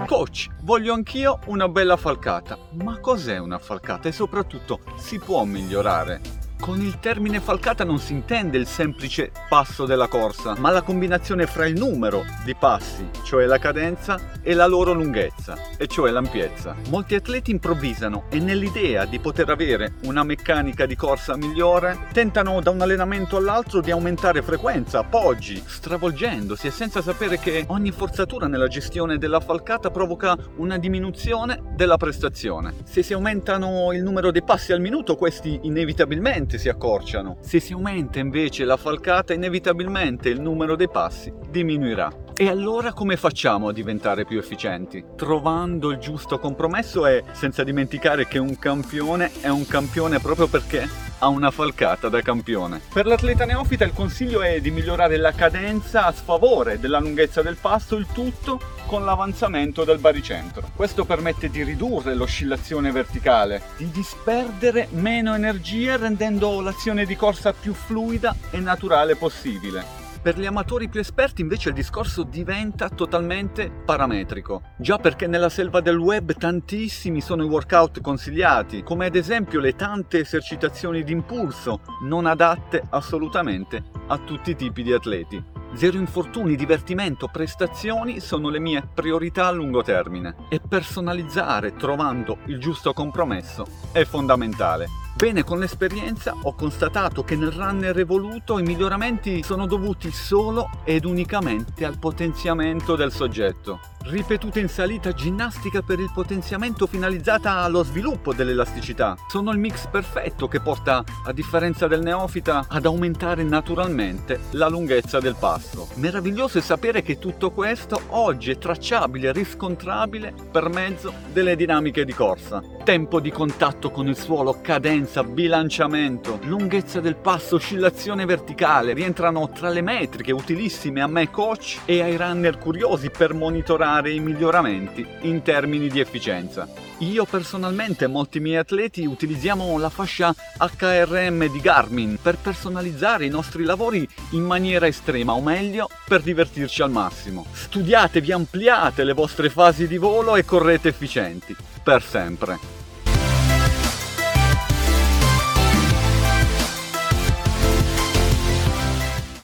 Coach, voglio anch'io una bella falcata. Ma cos'è una falcata? E soprattutto, si può migliorare? Con il termine falcata non si intende il semplice passo della corsa, ma la combinazione fra il numero di passi, cioè la cadenza, e la loro lunghezza, e cioè l'ampiezza. Molti atleti improvvisano e nell'idea di poter avere una meccanica di corsa migliore, tentano da un allenamento all'altro di aumentare frequenza, appoggi, stravolgendosi e senza sapere che ogni forzatura nella gestione della falcata provoca una diminuzione della prestazione. Se si aumentano il numero dei passi al minuto, questi inevitabilmente si accorciano. Se si aumenta invece la falcata, inevitabilmente il numero dei passi diminuirà. E allora come facciamo a diventare più efficienti? Trovando il giusto compromesso e senza dimenticare che un campione è un campione proprio perché ha una falcata da campione. Per l'atleta neofita il consiglio è di migliorare la cadenza a sfavore della lunghezza del passo, il tutto con l'avanzamento del baricentro. Questo permette di ridurre l'oscillazione verticale, di disperdere meno energia rendendo l'azione di corsa più fluida e naturale possibile. Per gli amatori più esperti invece il discorso diventa totalmente parametrico, già perché nella selva del web tantissimi sono i workout consigliati, come ad esempio le tante esercitazioni d'impulso, non adatte assolutamente a tutti i tipi di atleti. Zero infortuni, divertimento, prestazioni sono le mie priorità a lungo termine e personalizzare trovando il giusto compromesso è fondamentale. Bene, con l'esperienza ho constatato che nel runner evoluto i miglioramenti sono dovuti solo ed unicamente al potenziamento del soggetto. Ripetute in salita, ginnastica per il potenziamento finalizzata allo sviluppo dell'elasticità. Sono il mix perfetto che porta, a differenza del neofita, ad aumentare naturalmente la lunghezza del passo. Meraviglioso è sapere che tutto questo oggi è tracciabile e riscontrabile per mezzo delle dinamiche di corsa. Tempo di contatto con il suolo, cadenza, bilanciamento, lunghezza del passo, oscillazione verticale rientrano tra le metriche utilissime a me coach e ai runner curiosi per monitorare i miglioramenti in termini di efficienza. Io personalmente e molti miei atleti utilizziamo la fascia HRM di Garmin per personalizzare i nostri lavori in maniera estrema, o meglio, per divertirci al massimo. Studiatevi, ampliate le vostre fasi di volo e correte efficienti, per sempre.